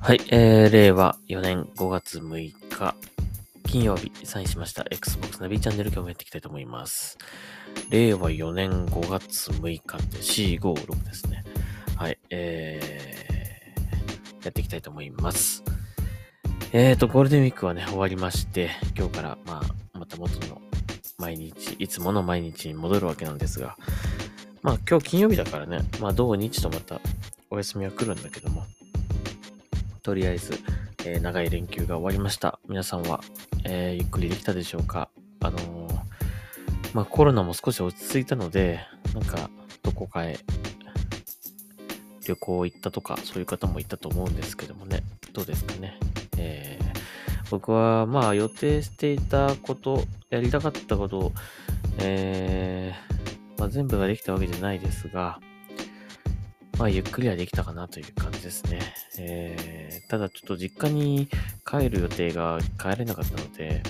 はい、令和4年5月6日、金曜日、サインしました Xbox ナビチャンネル今日もやっていきたいと思います。令和4年5月6日って456ですね。はい、やっていきたいと思います。ゴールデンウィークはね、終わりまして、今日から、また元の毎日、いつもの毎日に戻るわけなんですが、今日金曜日だからね、土日とまたお休みは来るんだけども、とりあえず、長い連休が終わりました。皆さんは、ゆっくりできたでしょうか？コロナも少し落ち着いたので、どこかへ旅行行ったとか、そういう方もいたと思うんですけどもね、どうですかね。僕は、予定していたこと、やりたかったことを、全部ができたわけじゃないですが、ゆっくりはできたかなという感じですね。ただちょっと実家に帰る予定が帰れなかったので、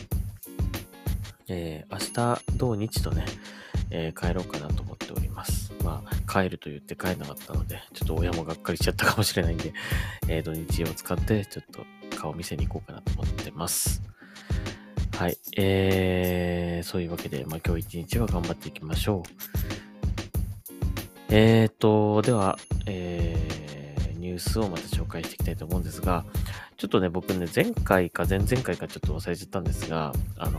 明日、土日とね、帰ろうかなと思っております。帰ると言って帰れなかったので、ちょっと親もがっかりしちゃったかもしれないんで、土日を使ってちょっと顔見せに行こうかなと思ってます。はい。そういうわけで、今日一日は頑張っていきましょう。では、ニュースをまた紹介していきたいと思うんですが、ちょっとね、僕ね、前回か前々回かちょっと忘れちゃったんですが、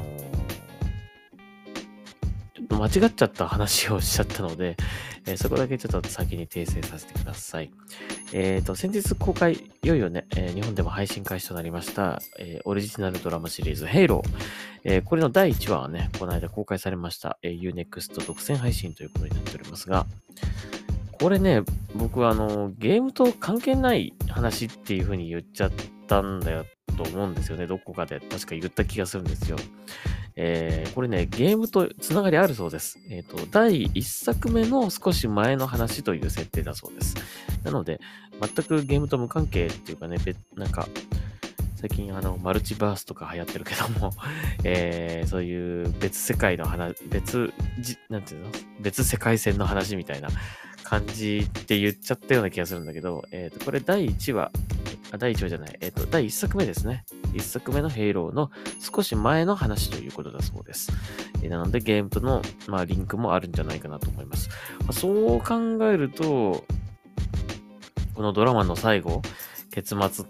ちょっと間違っちゃった話をしちゃったので、そこだけちょっと先に訂正させてください。先日公開、いよいよね、日本でも配信開始となりました、オリジナルドラマシリーズ、ヘイロー。これの第1話はね、この間公開されました、Unext 独占配信ということになっておりますが、これね、僕はゲームと関係ない話っていう風に言っちゃったんだよと思うんですよね。どこかで確か言った気がするんですよ。これね、ゲームとつながりあるそうです。第1作目の少し前の話という設定だそうです。なので、全くゲームと無関係っていうかね、最近マルチバースとか流行ってるけども、そういう別世界の話、なんていうの別世界線の話みたいな感じって言っちゃったような気がするんだけど、これ第1話じゃない、第1作目ですね。1作目のヘイローの少し前の話ということだそうです。なのでゲームとの、リンクもあるんじゃないかなと思います。そう考えると、このドラマの最後、結末って、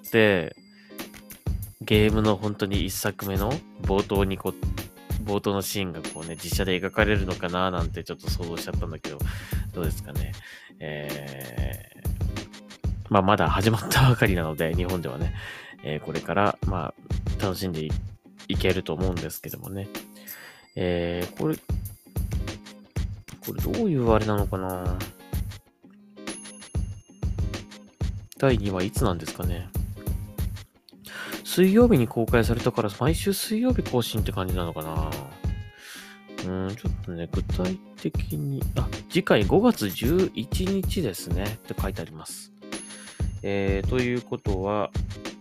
ゲームの本当に1作目の冒頭のシーンがこうね、実写で描かれるのかななんてちょっと想像しちゃったんだけど、どうですかね。まだ始まったばかりなので、日本ではね、これから、楽しんでいけると思うんですけどもね。これどういうあれなのかな。第2話いつなんですかね。水曜日に公開されたから、毎週水曜日更新って感じなのかな。ちょっとね、具体的に、次回5月11日ですね、って書いてあります。ということは、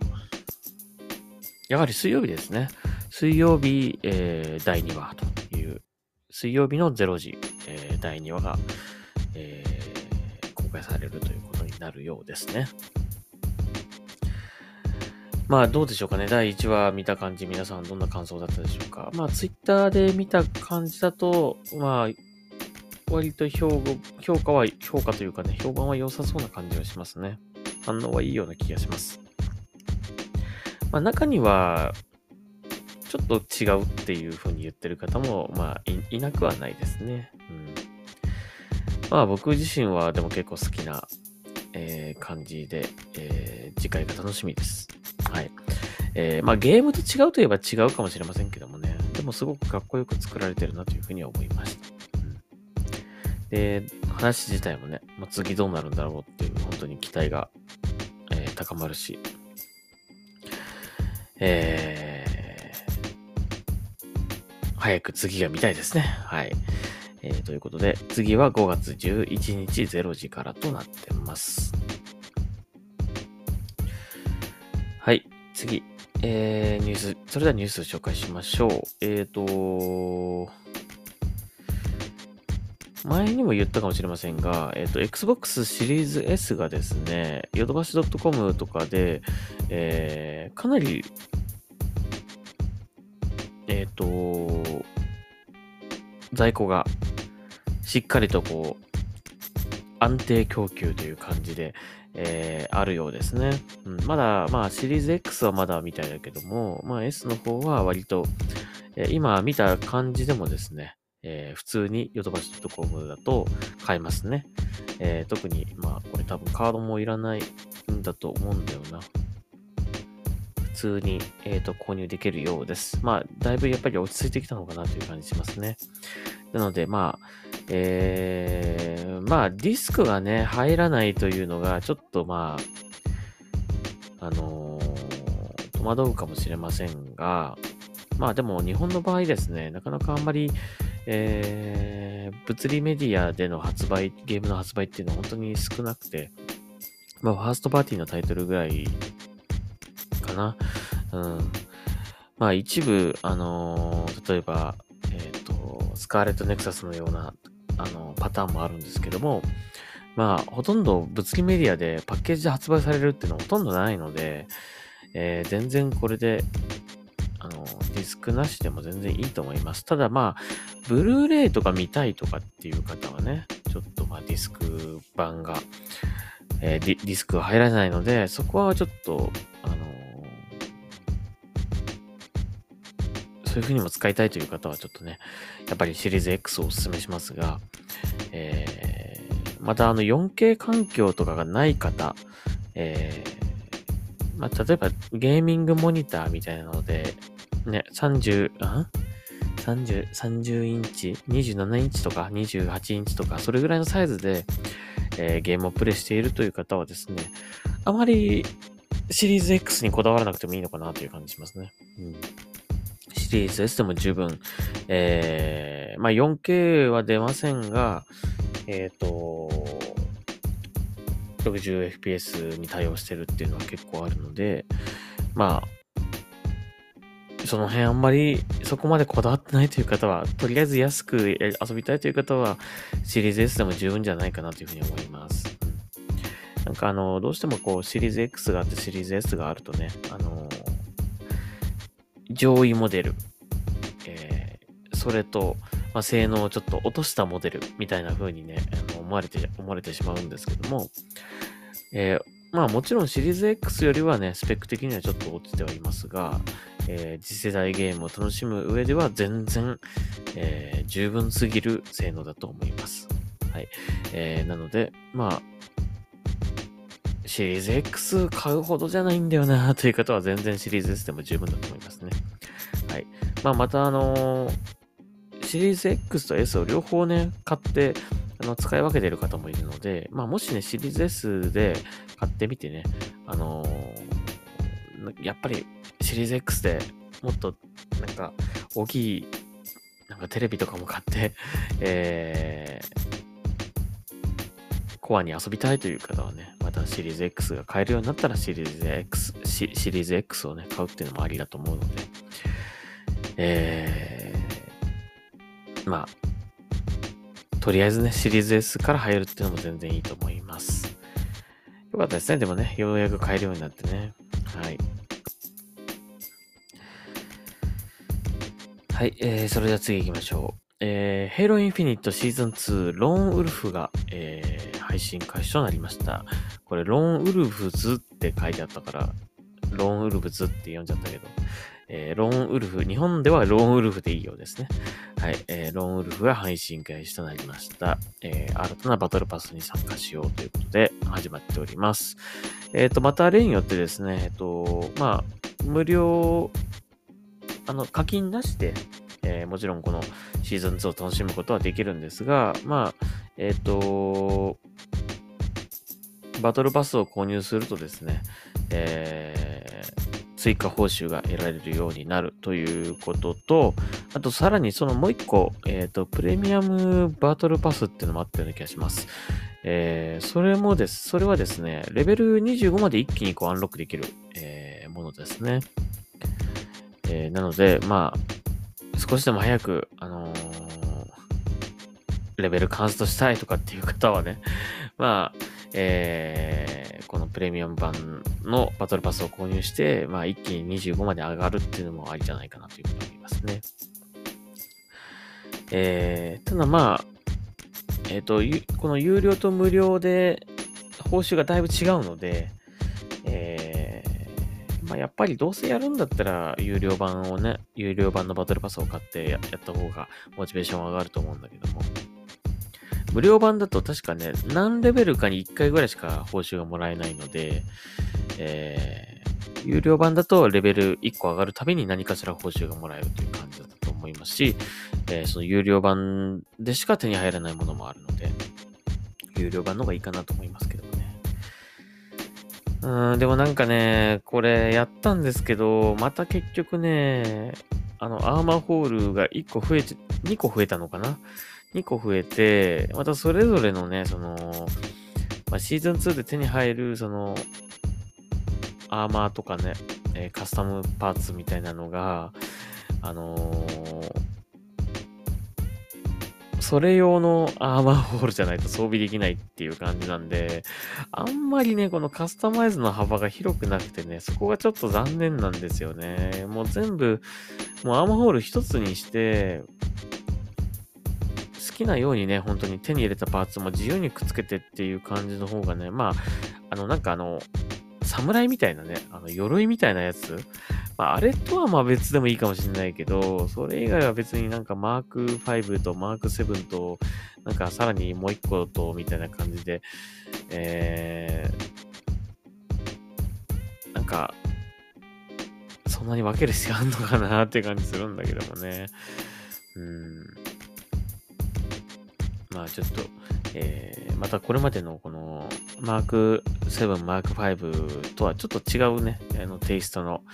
やはり水曜日ですね。水曜日、第2話という、水曜日の0時、第2話が、公開されるということになるようですね。どうでしょうかね。第1話見た感じ、皆さんどんな感想だったでしょうか。ツイッターで見た感じだと、割と評価というかね、評判は良さそうな感じがしますね。反応はいいような気がします。中には、ちょっと違うっていう風に言ってる方も、いなくはないですね。僕自身はでも結構好きな、感じで、次回が楽しみです。はい。ゲームと違うといえば違うかもしれませんけどもね。でもすごくかっこよく作られてるなというふうには思いました。で、話自体もね、次どうなるんだろうっていう、本当に期待が、高まるし、早く次が見たいですね。はい。ということで、次は5月11日0時からとなってます。はい、次。ニュース、それではニュースを紹介しましょう。 前にも言ったかもしれませんが、Xbox シリーズ S がですね、ヨドバシ .com とかで、かなり、えっ、と、在庫がしっかりと安定供給という感じで、あるようですね。まだ、シリーズ X はまだみたいだけども、S の方は割と、今見た感じでもですね、普通にヨドバシ .com だと買えますね。特に、これ多分カードもいらないんだと思うんだよな。普通に、購入できるようです。だいぶやっぱり落ち着いてきたのかなという感じしますね。なので、ディスクがね、入らないというのが、ちょっと戸惑うかもしれませんが、でも日本の場合ですね、なかなかあんまり、物理メディアでの発売、ゲームの発売っていうのは本当に少なくて、ファーストパーティーのタイトルぐらいかな。うん。一部、例えば、スカーレットネクサスのような、パターンもあるんですけども、ほとんど物理メディアでパッケージで発売されるっていうのはほとんどないので、全然これで、ディスクなしでも全然いいと思います。ただブルーレイとか見たいとかっていう方はね、ちょっとディスク版が、ディスクが入らないので、そこはちょっと、そういう風にも使いたいという方はちょっとね、やっぱりシリーズ X をお勧めしますが、また4K 環境とかがない方、例えばゲーミングモニターみたいなので、ね、30インチ、27インチとか28インチとか、それぐらいのサイズで、ゲームをプレイしているという方はですね、あまりシリーズ X にこだわらなくてもいいのかなという感じしますね。シリーズ S でも十分、4K は出ませんが、60fps に対応してるっていうのは結構あるので、その辺あんまりそこまでこだわってないという方は、とりあえず安く遊びたいという方は、シリーズ S でも十分じゃないかなというふうに思います。どうしてもシリーズ X があってシリーズ S があるとね、上位モデル、それと、性能をちょっと落としたモデルみたいな風にね、思われてしまうんですけども、もちろんシリーズ X よりはね、スペック的にはちょっと落ちてはいますが、次世代ゲームを楽しむ上では全然、十分すぎる性能だと思います。はい。なので、シリーズ X 買うほどじゃないんだよなという方は全然シリーズ S でも十分だと思いますね。はい。またシリーズ X と S を両方ね、買って、使い分けている方もいるので、もしね、シリーズ S で買ってみてね、やっぱりシリーズ X でもっと、大きい、テレビとかも買って、コアに遊びたいという方はね、またシリーズ X が買えるようになったらシリーズ X をね、買うっていうのもありだと思うので、とりあえずね、シリーズ S から入るっていうのも全然いいと思います。よかったですね。でもね、ようやく買えるようになってね。はい。はい、それでは次行きましょう。ヘイローインフィニットシーズン2ローンウルフが、配信開始となりました。これ、ローンウルフズって書いてあったから、ローンウルフズって読んじゃったけど、ローンウルフ、日本ではローンウルフでいいようですね。はい、ローンウルフが配信開始となりました。新たなバトルパスに参加しようということで始まっております。また例によってですね、無料、課金なしで、もちろんこのシーズン2を楽しむことはできるんですが、バトルパスを購入するとですね、追加報酬が得られるようになるということと、あとさらにそのもう一個、プレミアムバトルパスっていうのもあったような気がします。それはですね、レベル25まで一気にアンロックできる、ものですね。なので、少しでも早く、 レベルカンストしたいとかっていう方はね、まあ、このプレミアム版のバトルパスを購入して、まあ一気に25まで上がるっていうのもありじゃないかなというふうに思いますね。ただまあ、この有料と無料で報酬がだいぶ違うので、まあやっぱりどうせやるんだったら有料版のバトルパスを買ってやった方がモチベーション上がると思うんだけども、無料版だと確かね、何レベルかに1回ぐらいしか報酬がもらえないので、有料版だとレベル1個上がるたびに何かしら報酬がもらえるという感じだったと思いますし、その有料版でしか手に入らないものもあるので、有料版の方がいいかなと思いますけどもね。でもなんかね、これやったんですけど、また結局ね、アーマーホールが2個増えたのかな ?2 個増えて、またそれぞれのね、シーズン2で手に入る、アーマーとかね、カスタムパーツみたいなのが、それ用のアーマーホールじゃないと装備できないっていう感じなんで、あんまりね、このカスタマイズの幅が広くなくてね、そこがちょっと残念なんですよね。もう全部、もうアーマーホール一つにして、好きなようにね、本当に手に入れたパーツも自由にくっつけてっていう感じの方がね、侍みたいなね、鎧みたいなやつ。あれとは別でもいいかもしれないけど、それ以外は別になんかマーク5とマーク7と、なんかさらにもう一個と、みたいな感じで、なんか、そんなに分ける必要あんのかなって感じするんだけどもね。ちょっと、またこれまでのこのマーク7、マーク5とはちょっと違うね、テイストの、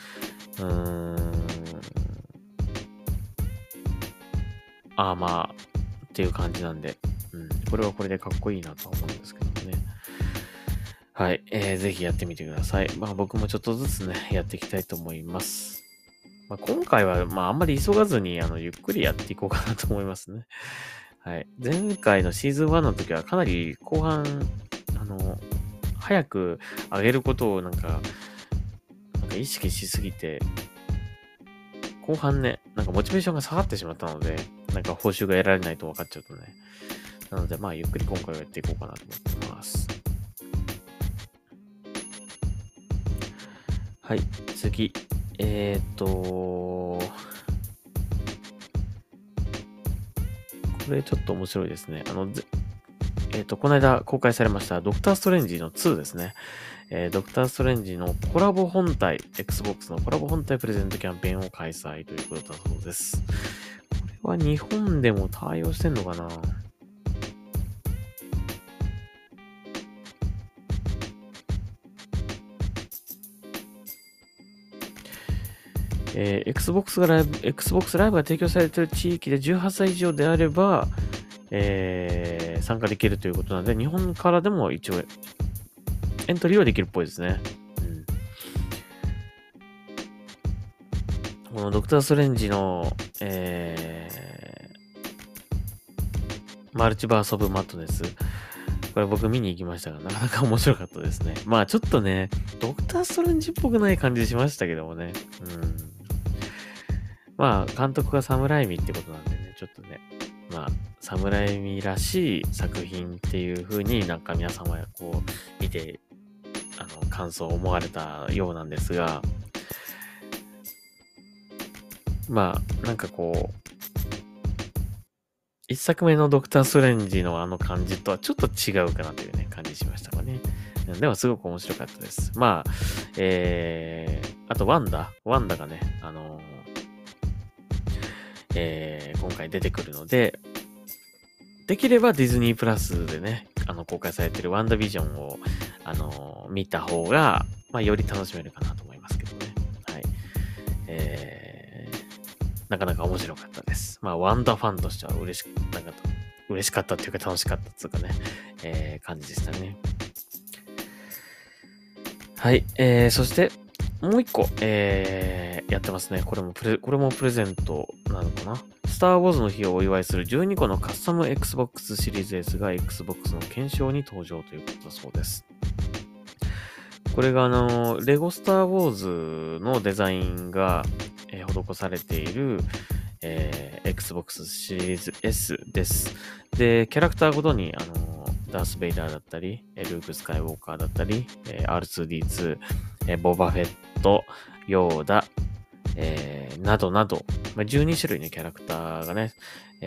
アーマーっていう感じなんで、これはこれでかっこいいなと思うんですけどもね。はい、ぜひやってみてください。僕もちょっとずつね、やっていきたいと思います。今回は、あんまり急がずに、ゆっくりやっていこうかなと思いますね。はい。前回のシーズン1の時はかなり後半、早く上げることをなんか意識しすぎて、後半ね、なんかモチベーションが下がってしまったので、なんか報酬が得られないと分かっちゃうとね。なので、ゆっくり今回はやっていこうかなと思ってます。はい、次。これちょっと面白いですね。この間公開されましたドクターストレンジの2ですね。ドクターストレンジのコラボ本体、Xbox のコラボ本体プレゼントキャンペーンを開催ということだそうです。これは日本でも対応してんのかなXbox ライブが提供されている地域で18歳以上であれば、参加できるということなので、日本からでも一応エントリーはできるっぽいですね。このドクターストレンジの、マルチバースオブマットネス。これ僕見に行きましたが、なかなか面白かったですね。ちょっとね、ドクターストレンジっぽくない感じしましたけどもね。監督がサムライミってことなんでね、ちょっとね、サムライミらしい作品っていう風になんか皆様はこう見て、感想を思われたようなんですが、なんかこう、一作目のドクターストレンジの感じとはちょっと違うかなというね、感じしましたかね。でもすごく面白かったです。あとワンダがね、今回出てくるので、できればディズニープラスでね、公開されているワンダビジョンを、見た方が、より楽しめるかなと思いますけどね。はい。なかなか面白かったです。ワンダファンとしては嬉しかったっていうか楽しかったっていうかね、感じでしたね。はい。そして、もう一個、やってますね。これもプレゼントなのかな。 スター・ウォーズの日をお祝いする12個のカスタム Xbox シリーズ S が Xbox の検証に登場ということだそうです。これがレゴスター・ウォーズのデザインが、施されている、Xbox シリーズ S です。で、キャラクターごとに、ダース・ベイダーだったり、ルーク・スカイウォーカーだったり、R2D2、ボバフェット、ヨーダ、などなど、12種類のキャラクターがね、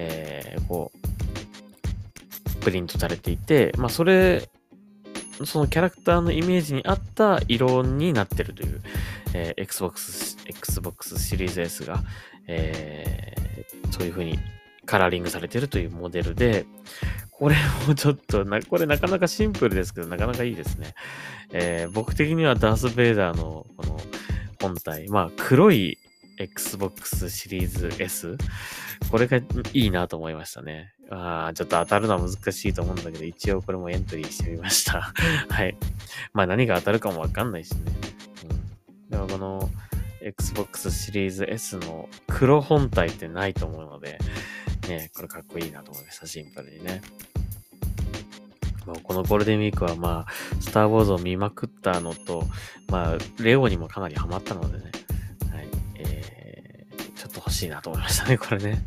プリントされていて、そのキャラクターのイメージに合った色になってるという、Xbox シリーズ S が、そういう風にカラーリングされてるというモデルで、これもちょっとこれなかなかシンプルですけど、なかなかいいですね。僕的にはダース・ベイダーのこの本体、黒い Xbox シリーズ S、これがいいなと思いましたね。ちょっと当たるのは難しいと思うんだけど、一応これもエントリーしてみました。はい。何が当たるかもわかんないしね。でもこの Xbox シリーズ S の黒本体ってないと思うので、ね、これかっこいいなと思いました。シンプルにね。このゴールデンウィークはスター・ウォーズを見まくったのと、レオにもかなりハマったのでね、はい、ちょっと欲しいなと思いましたね、これね。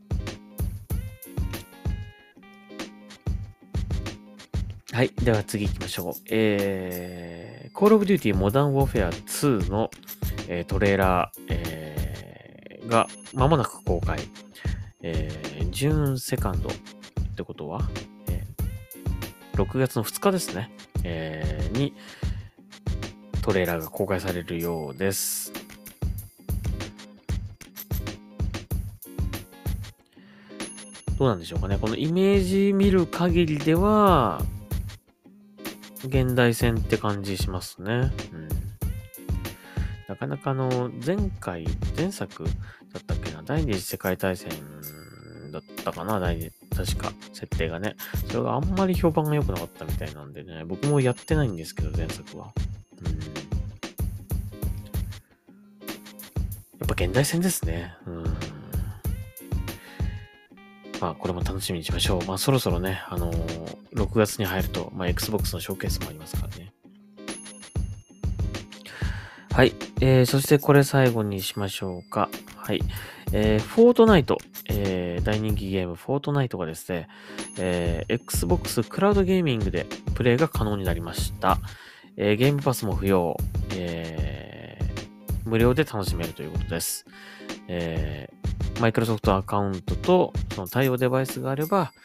はい。では次行きましょう。Call of Duty Modern Warfare 2の、トレーラー、が間もなく公開。ジューンセカンドってことは、6月の2日ですね。にトレーラーが公開されるようです。どうなんでしょうかね。このイメージ見る限りでは、現代戦って感じしますね。なかなか前作だったっけな、第二次世界大戦だったかな、確か、設定がね。それがあんまり評判が良くなかったみたいなんでね、僕もやってないんですけど、前作は。やっぱ現代戦ですね。これも楽しみにしましょう。そろそろね、6月に入ると、Xbox のショーケースもありますからね。はい。そしてこれ最後にしましょうか。はい。フォートナイト、大人気ゲーム、フォートナイトがですね、Xbox クラウドゲーミングでプレイが可能になりました。ゲームパスも不要、無料で楽しめるということです。マイクロソフトアカウントとその対応デバイスがあれば、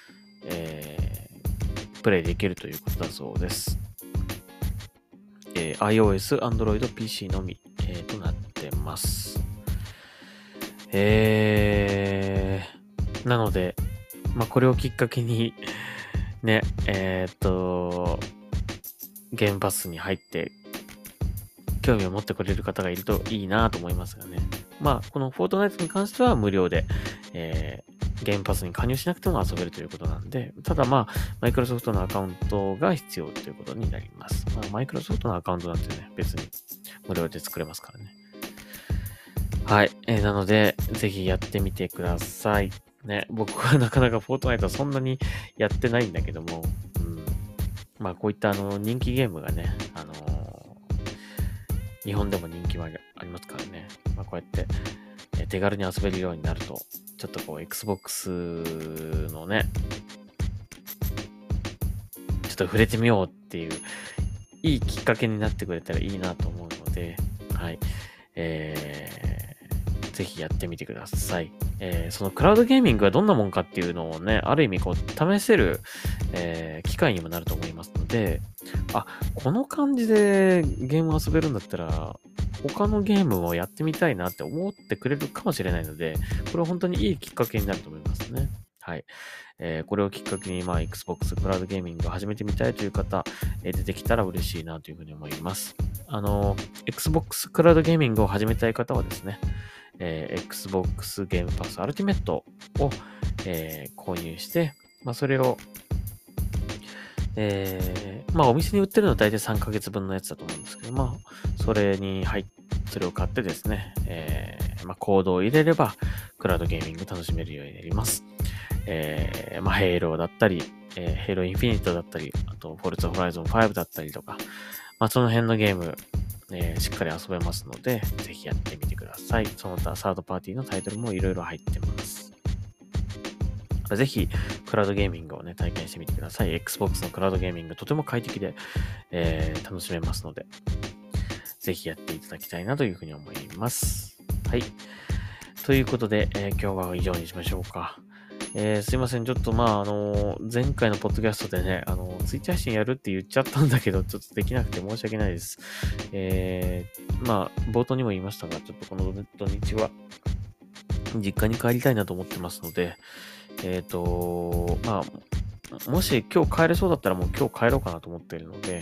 プレイできるということだそうです。iOS、Android、PC のみ、となってます。なので、これをきっかけにね、ゲームパスに入って興味を持ってくれる方がいるといいなと思いますがね。このフォートナイトに関しては無料で、ゲームパスに加入しなくても遊べるということなんで、ただマイクロソフトのアカウントが必要ということになります。マイクロソフトのアカウントなんてね、別に無料で作れますからね。はい。なので、ぜひやってみてください。ね、僕はなかなかフォートナイトはそんなにやってないんだけども、こういった人気ゲームがね、日本でも人気はありますからね。こうやって、手軽に遊べるようになると、ちょっとXbox のね、ちょっと触れてみようっていう、いいきっかけになってくれたらいいなと思うので、はい。ぜひやってみてください。そのクラウドゲーミングがどんなもんかっていうのをね、ある意味試せる、機会にもなると思いますので、この感じでゲームを遊べるんだったら、他のゲームもやってみたいなって思ってくれるかもしれないので、これは本当にいいきっかけになると思いますね。はい。これをきっかけに、Xbox クラウドゲーミングを始めてみたいという方、出てきたら嬉しいなというふうに思います。Xbox クラウドゲーミングを始めたい方はですね、Xbox ゲームパスアルティメットを、購入して、それを、お店に売ってるのは大体3ヶ月分のやつだと思うんですけど、それを買ってですね、 コードを入れれば、クラウドゲーミング楽しめるようになります。ヘイローだったり、ヘイローインフィニットだったり、あと、フォルツァホライゾン5だったりとか、その辺のゲーム、しっかり遊べますので、ぜひやってみてください。その他、サードパーティーのタイトルもいろいろ入ってます。ぜひ、クラウドゲーミングをね、体験してみてください。Xbox のクラウドゲーミング、とても快適で、楽しめますので、ぜひやっていただきたいなというふうに思います。はい。ということで、今日は以上にしましょうか。すいません。ちょっと前回のポッドキャストでね、ツイッチ配信やるって言っちゃったんだけど、ちょっとできなくて申し訳ないです。冒頭にも言いましたが、ちょっとこの土日は、実家に帰りたいなと思ってますので、もし今日帰れそうだったらもう今日帰ろうかなと思っているので、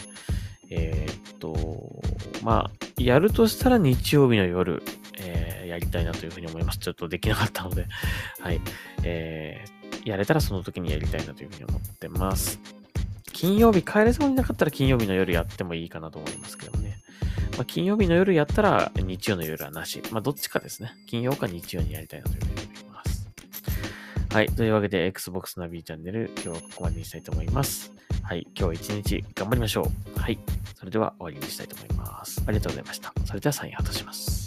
やるとしたら日曜日の夜、やりたいなというふうに思います。ちょっとできなかったので、はい。やれたらその時にやりたいなというふうに思ってます。金曜日帰れそうになかったら金曜日の夜やってもいいかなと思いますけどね。金曜日の夜やったら日曜の夜はなし。どっちかですね。金曜か日曜にやりたいなというふうに思います。はい。というわけで Xbox ナビチャンネル、今日はここまでにしたいと思います。はい。今日一日頑張りましょう。はい。それでは終わりにしたいと思います。ありがとうございました。それではサインアウトします。